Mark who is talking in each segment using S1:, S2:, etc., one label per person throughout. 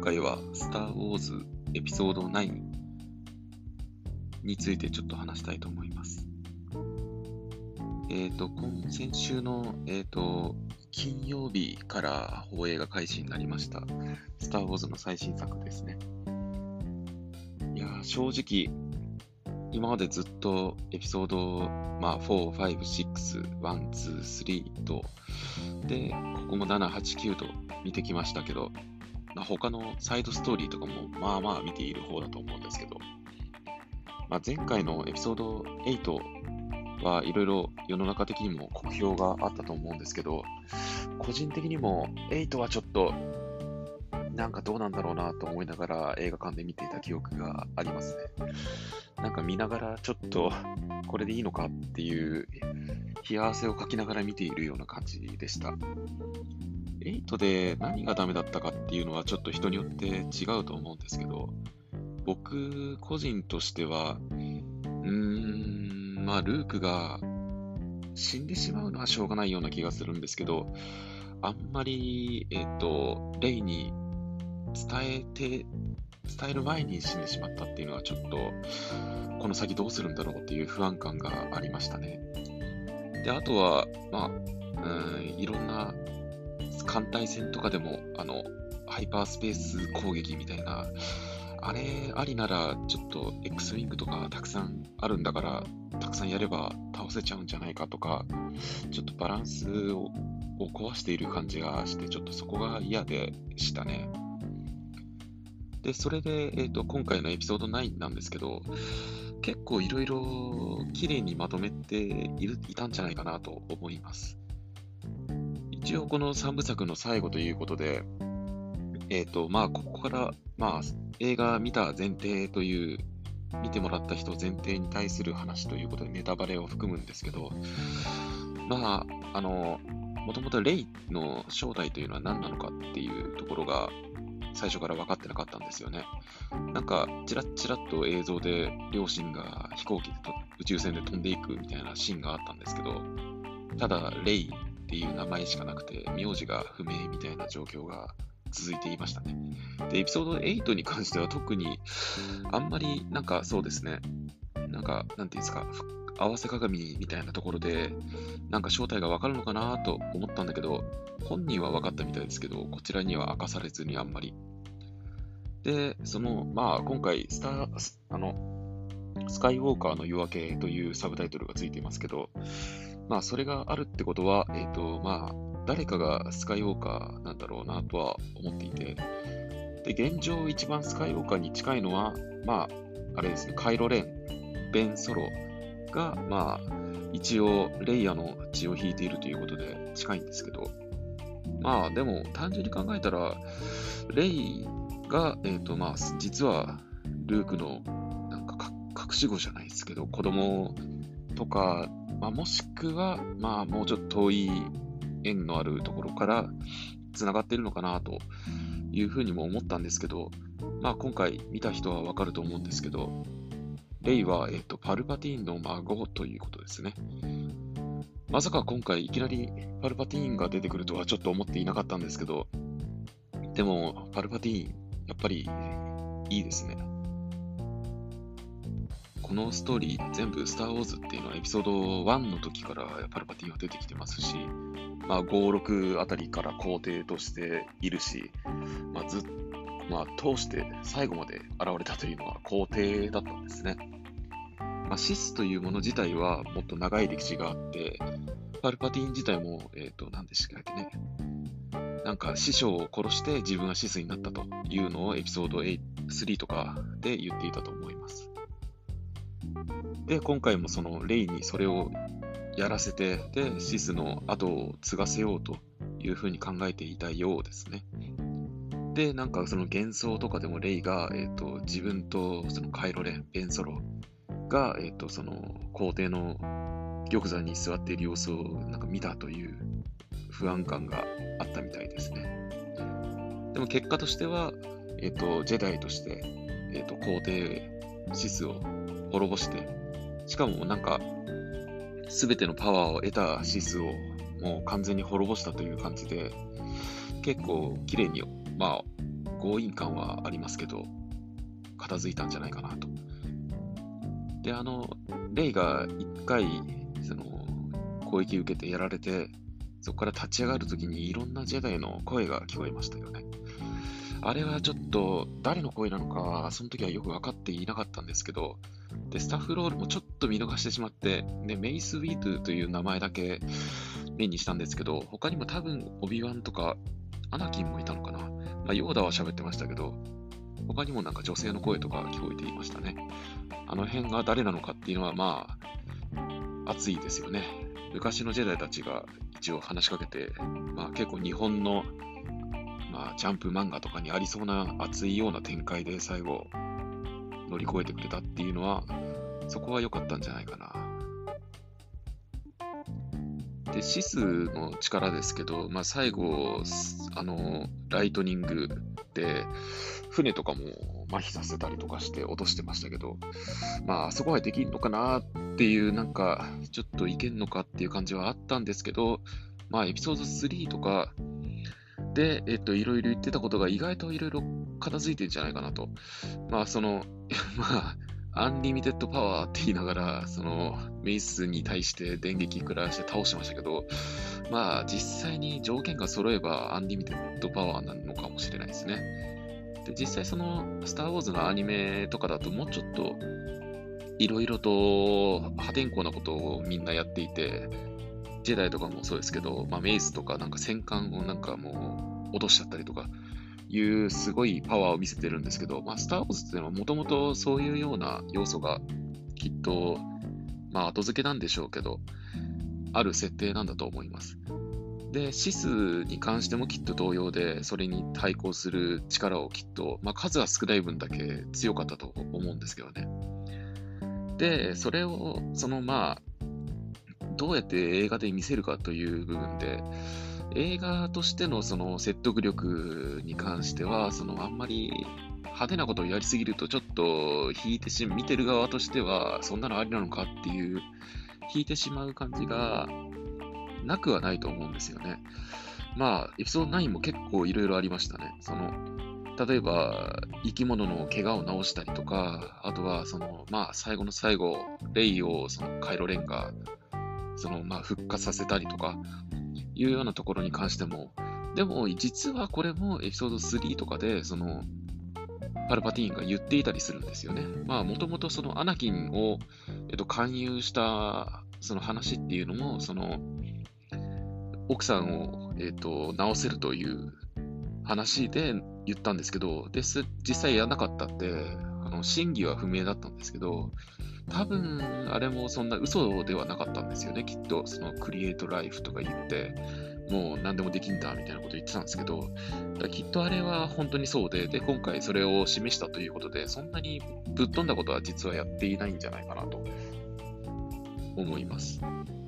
S1: 回はスター・ウォーズエピソード9についてちょっと話したいと思います。先週の、金曜日から放映が開始になりました。スター・ウォーズの最新作ですね。いやー、正直、今までずっとエピソード、4、5、6、1、2、3と、で、ここも7、8、9と見てきましたけど、他のサイドストーリーとかも見ている方だと思うんですけど、前回のエピソード8はいろいろ世の中的にも酷評があったと思うんですけど、個人的にも8はちょっとなんかどうなんだろうなと思いながら映画館で見ていた記憶がありますね。なんか見ながらちょっとこれでいいのかっていう冷や汗をかきながら見ているような感じでした。8で何がダメだったかっていうのはちょっと人によって違うと思うんですけど、僕個人としてはルークが死んでしまうのはしょうがないような気がするんですけど、あんまりレイに伝える前に死んでしまったっていうのはちょっとこの先どうするんだろうっていう不安感がありましたね。で、あとはいろんな艦隊戦とかでもハイパースペース攻撃みたいなあれありならちょっと X ウィングとかたくさんあるんだからたくさんやれば倒せちゃうんじゃないかとか、ちょっとバランスを壊している感じがして、ちょっとそこが嫌でしたね。で、それで、今回のエピソード9なんですけど、結構いろいろ綺麗にまとめていたんじゃないかなと思います。一応この3部作の最後ということで、ここから、映画見た前提という、見てもらった人前提に対する話ということでネタバレを含むんですけど、もともとレイの正体というのは何なのかっていうところが最初から分かってなかったんですよね。なんか、チラッチラッと映像で両親が飛行機で宇宙船で飛んでいくみたいなシーンがあったんですけど、ただ、レイっていう名前しかなくて、名字が不明みたいな状況が続いていましたね。で、エピソード8に関しては特にあんまりそうですね、なんていうんですか、合わせ鏡みたいなところで、正体がわかるのかなと思ったんだけど、本人は分かったみたいですけど、こちらには明かされずにあんまり。で、今回スカイウォーカーの夜明けというサブタイトルがついていますけど、それがあるってことは、誰かがスカイウォーカーなんだろうなとは思っていて、で、現状一番スカイウォーカーに近いのは、あれですね、カイロレン、ベン・ソロが、一応、レイヤの血を引いているということで近いんですけど、でも、単純に考えたら、レイが、実は、ルークの、隠し子じゃないですけど、子供とか、もしくは、もうちょっと遠い縁のあるところから繋がっているのかなというふうにも思ったんですけど、今回見た人はわかると思うんですけど、レイは、パルパティーンの孫ということですね。まさか今回いきなりパルパティーンが出てくるとはちょっと思っていなかったんですけど、でもパルパティーン、やっぱりいいですね。このストーリー全部スター・ウォーズっていうのはエピソード1の時からパルパティーンは出てきてますし、5、6あたりから皇帝としているし、通して最後まで現れたというのは皇帝だったんですね。シスというもの自体はもっと長い歴史があって、パルパティーン自体も、何でしたっけね。師匠を殺して自分はシスになったというのをエピソード3とかで言っていたと思います。で、今回もそのレイにそれをやらせて、で、シスの後を継がせようというふうに考えていたようですね。で、その幻想とかでもレイが、自分とそのカイロレン、ベンソロが、その皇帝の玉座に座っている様子を見たという不安感があったみたいですね。でも結果としては、ジェダイとして、皇帝シスを滅ぼして、しかも全てのパワーを得たシスをもう完全に滅ぼしたという感じで、結構綺麗に、 強引感はありますけど、片付いたんじゃないかなと。で、レイが一回、攻撃受けてやられて、そこから立ち上がるときにいろんなジェダイの声が聞こえましたよね。あれはちょっと誰の声なのか、その時はよく分かっていなかったんですけど、で、スタッフロールもちょっと見逃してしまって、で、メイス・ウィートという名前だけ目にしたんですけど、他にも多分、オビワンとか、アナキンもいたのかな。まあ、ヨーダは喋ってましたけど、他にもなんか女性の声とか聞こえていましたね。あの辺が誰なのかっていうのは、まあ、熱いですよね。昔のジェダイたちが一応話しかけて、まあ結構日本の、まあ、ジャンプ漫画とかにありそうな熱いような展開で最後乗り越えてくれたっていうのは、そこは良かったんじゃないかな。で、シスの力ですけど、まあ最後、ライトニングで船とかも麻痺させたりとかして落としてましたけど、まあそこはできんのかなっていう、なんかちょっといけんのかっていう感じはあったんですけど、まあエピソード3とかで、いろいろ言ってたことが意外といろいろ片付いてんじゃないかなと。まあまあ、アンリミテッドパワーって言いながら、メイスに対して電撃食らわして倒してましたけど、まあ実際に条件が揃えばアンリミテッドパワーなのかもしれないですね。で、実際スター・ウォーズのアニメとかだともうちょっといろいろと破天荒なことをみんなやっていて、ジェダイとかもそうですけど、まあ、メイスとかなんか戦艦をなんかもう落としちゃったりとかいうすごいパワーを見せてるんですけど、まあ、スター・ウォーズっていうのはもともとそういうような要素がきっと、まあ、後付けなんでしょうけど、ある設定なんだと思います。で、シスに関してもきっと同様で、それに対抗する力をきっと、まあ、数は少ない分だけ強かったと思うんですけどね。で、それを、まあ、どうやって映画で見せるかという部分で、映画としてのその説得力に関しては、あんまり派手なことをやりすぎると、ちょっと見てる側としては、そんなのありなのかっていう、引いてしまう感じがなくはないと思うんですよね。まあ、エピソード9も結構いろいろありましたね。例えば、生き物の怪我を治したりとか、あとは、まあ、最後の最後、レイを、カイロレンが、まあ、復活させたりとか、いうようなところに関しても、でも、実はこれもエピソード3とかで、パルパティーンが言っていたりするんですよね。まあ、もともとアナキンを、勧誘した、話っていうのも、奥さんを、治せるという話で言ったんですけど、実際やらなかったって、真偽は不明だったんですけど、多分、あれもそんな嘘ではなかったんですよね、きっと。クリエイトライフとか言って、もう何でもできんだみたいなこと言ってたんですけど、きっとあれは本当にそうで、今回それを示したということで、そんなにぶっ飛んだことは実はやっていないんじゃないかなと思います。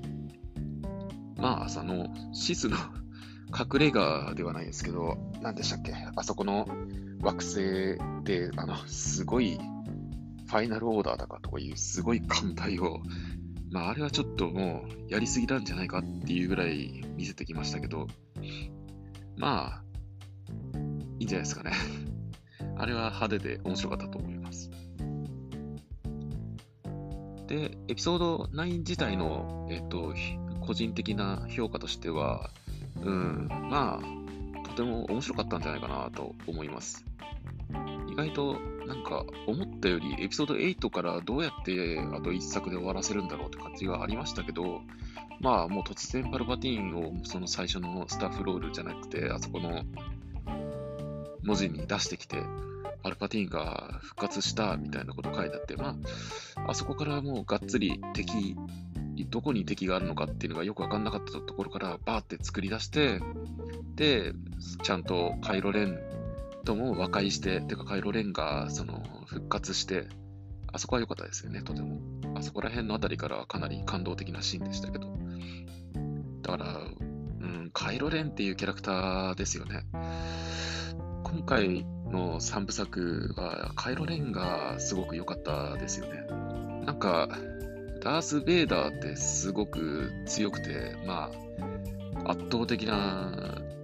S1: まあ、シスの隠れ家ではないですけど、何でしたっけ、あそこの惑星で、すごい、ファイナルオーダーだかとかいうすごい艦隊を、まあ、あれはちょっともうやりすぎなんじゃないかっていうぐらい見せてきましたけど、まあ、いいんじゃないですかね。あれは派手で面白かったと思います。で、エピソード9自体の、個人的な評価としては、まあ、とても面白かったんじゃないかなと思います。意外となんか思ったよりエピソード8からどうやってあと1作で終わらせるんだろうって感じがありましたけど、まあもう突然パルパティーンをその最初のスタッフロールじゃなくて、あそこの文字に出してきて、パルパティーンが復活したみたいなこと書いてあって、まあ、あそこからもうがっつりどこに敵があるのかっていうのがよくわかんなかったところからバーって作り出して、で、ちゃんとカイロレンとも和解して、カイロレンが復活して、あそこは良かったですよね、とても。あそこら辺のあたりからはかなり感動的なシーンでしたけど。だから、カイロレンっていうキャラクターですよね。今回の3部作はカイロレンがすごく良かったですよね。なんか、ダース・ベイダーってすごく強くて、まあ、圧倒的な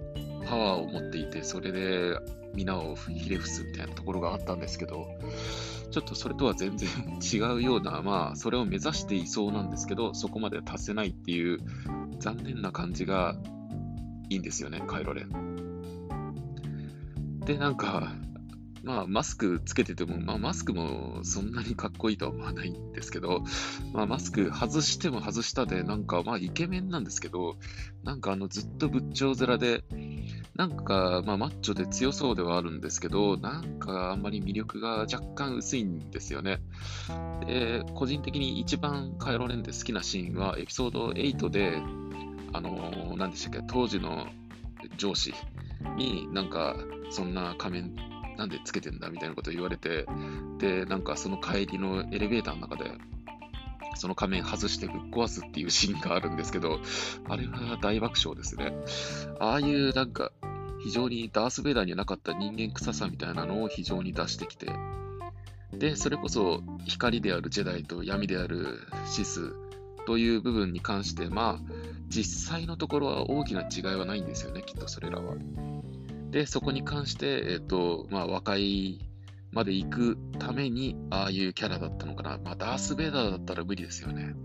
S1: パワーを持っていて、それで皆をひれ伏すみたいなところがあったんですけど、ちょっとそれとは全然違うような、まあ、それを目指していそうなんですけど、そこまで達せないっていう残念な感じがいいんですよね、カイロレン。で、なんか、まあ、マスクつけてても、まあ、マスクもそんなにかっこいいとは思わないんですけど、まあ、マスク外しても外したで、なんか、まあ、イケメンなんですけど、なんかずっと仏頂面で、なんか、まあ、マッチョで強そうではあるんですけど、なんか、あんまり魅力が若干薄いんですよね。で、個人的に一番カイロレンで好きなシーンは、エピソード8で、何でしたっけ、当時の上司になんか、そんな仮面なんでつけてんだみたいなことを言われて、で、なんかその帰りのエレベーターの中で、その仮面外してぶっ壊すっていうシーンがあるんですけど、あれは大爆笑ですね。ああいうなんか、非常にダース・ベイダーにはなかった人間臭さみたいなのを非常に出してきて、で、それこそ光であるジェダイと闇であるシスという部分に関して、まあ、実際のところは大きな違いはないんですよね、きっとそれらは。で、そこに関して、まあ、和解まで行くために、ああいうキャラだったのかな。まあ、ダース・ベイダーだったら無理ですよね。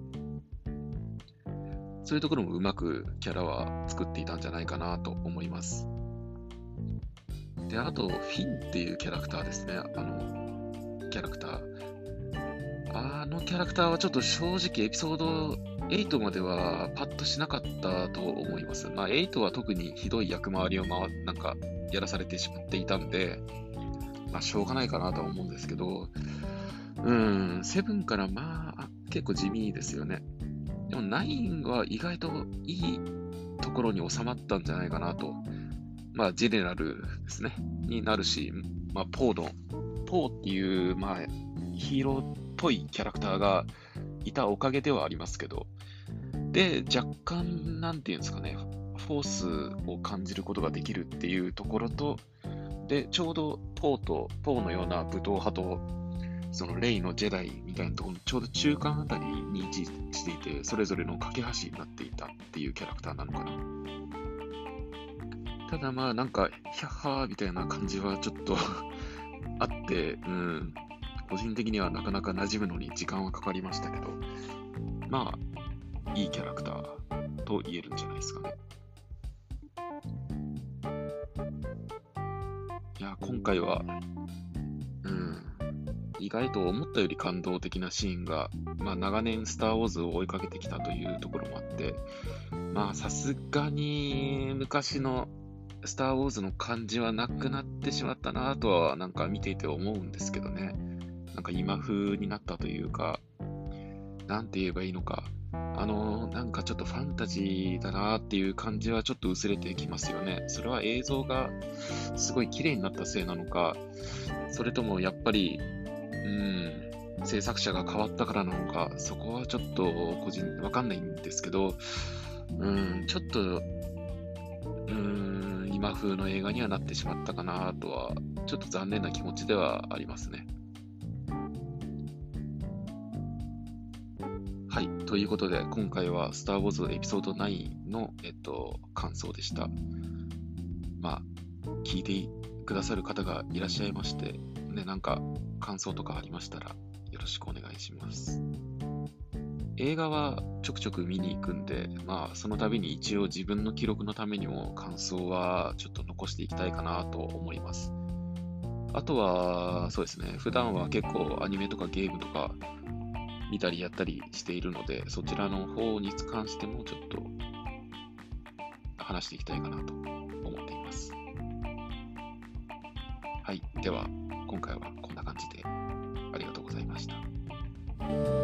S1: そういうところもうまくキャラは作っていたんじゃないかなと思います。で、あと、フィンっていうキャラクターですね。キャラクター。あのキャラクターはちょっと正直エピソード8まではパッとしなかったと思います。まあ、8は特にひどい役回りをなんかやらされてしまっていたんで、まあ、しょうがないかなとは思うんですけど、7からまあ、結構地味ですよね。でも9は意外といいところに収まったんじゃないかなと。まあ、ジェネラルですね。になるし、まあ、ポーっていう、まあ、ヒーローっぽいキャラクターがいたおかげではありますけど、で、若干、なんていうんですかね、フォースを感じることができるっていうところと、で、ちょうどポーのような武闘派と、そのレイのジェダイみたいなところのちょうど中間あたりに位置していて、それぞれの架け橋になっていたっていうキャラクターなのかな。ただまあなんか、ヒャッハーみたいな感じはちょっとあって、個人的にはなかなか馴染むのに時間はかかりましたけど、まあ、いいキャラクターと言えるんじゃないですかね。いや、今回は、意外と思ったより感動的なシーンが、まあ長年スター・ウォーズを追いかけてきたというところもあって、まあさすがに昔のスター・ウォーズの感じはなくなってしまったなとはなんか見ていて思うんですけどね。なんか今風になったというか、なんて言えばいいのか、なんかちょっとファンタジーだなっていう感じはちょっと薄れてきますよね。それは映像がすごい綺麗になったせいなのか、それともやっぱり、制作者が変わったからなのか、そこはちょっとわかんないんですけど、ちょっと、今風の映画にはなってしまったかなとは、ちょっと残念な気持ちではありますね。はい。ということで、今回はスター・ウォーズエピソード9の、感想でした。まあ、聞いてくださる方がいらっしゃいまして、ね、なんか感想とかありましたらよろしくお願いします。映画はちょくちょく見に行くんで、まあ、その度に一応自分の記録のためにも感想はちょっと残していきたいかなと思います。あとは、そうですね、普段は結構アニメとかゲームとか見たりやったりしているので、そちらの方に関してもちょっと話していきたいかなと思っています。はい。では、今回はこんな感じでありがとうございました。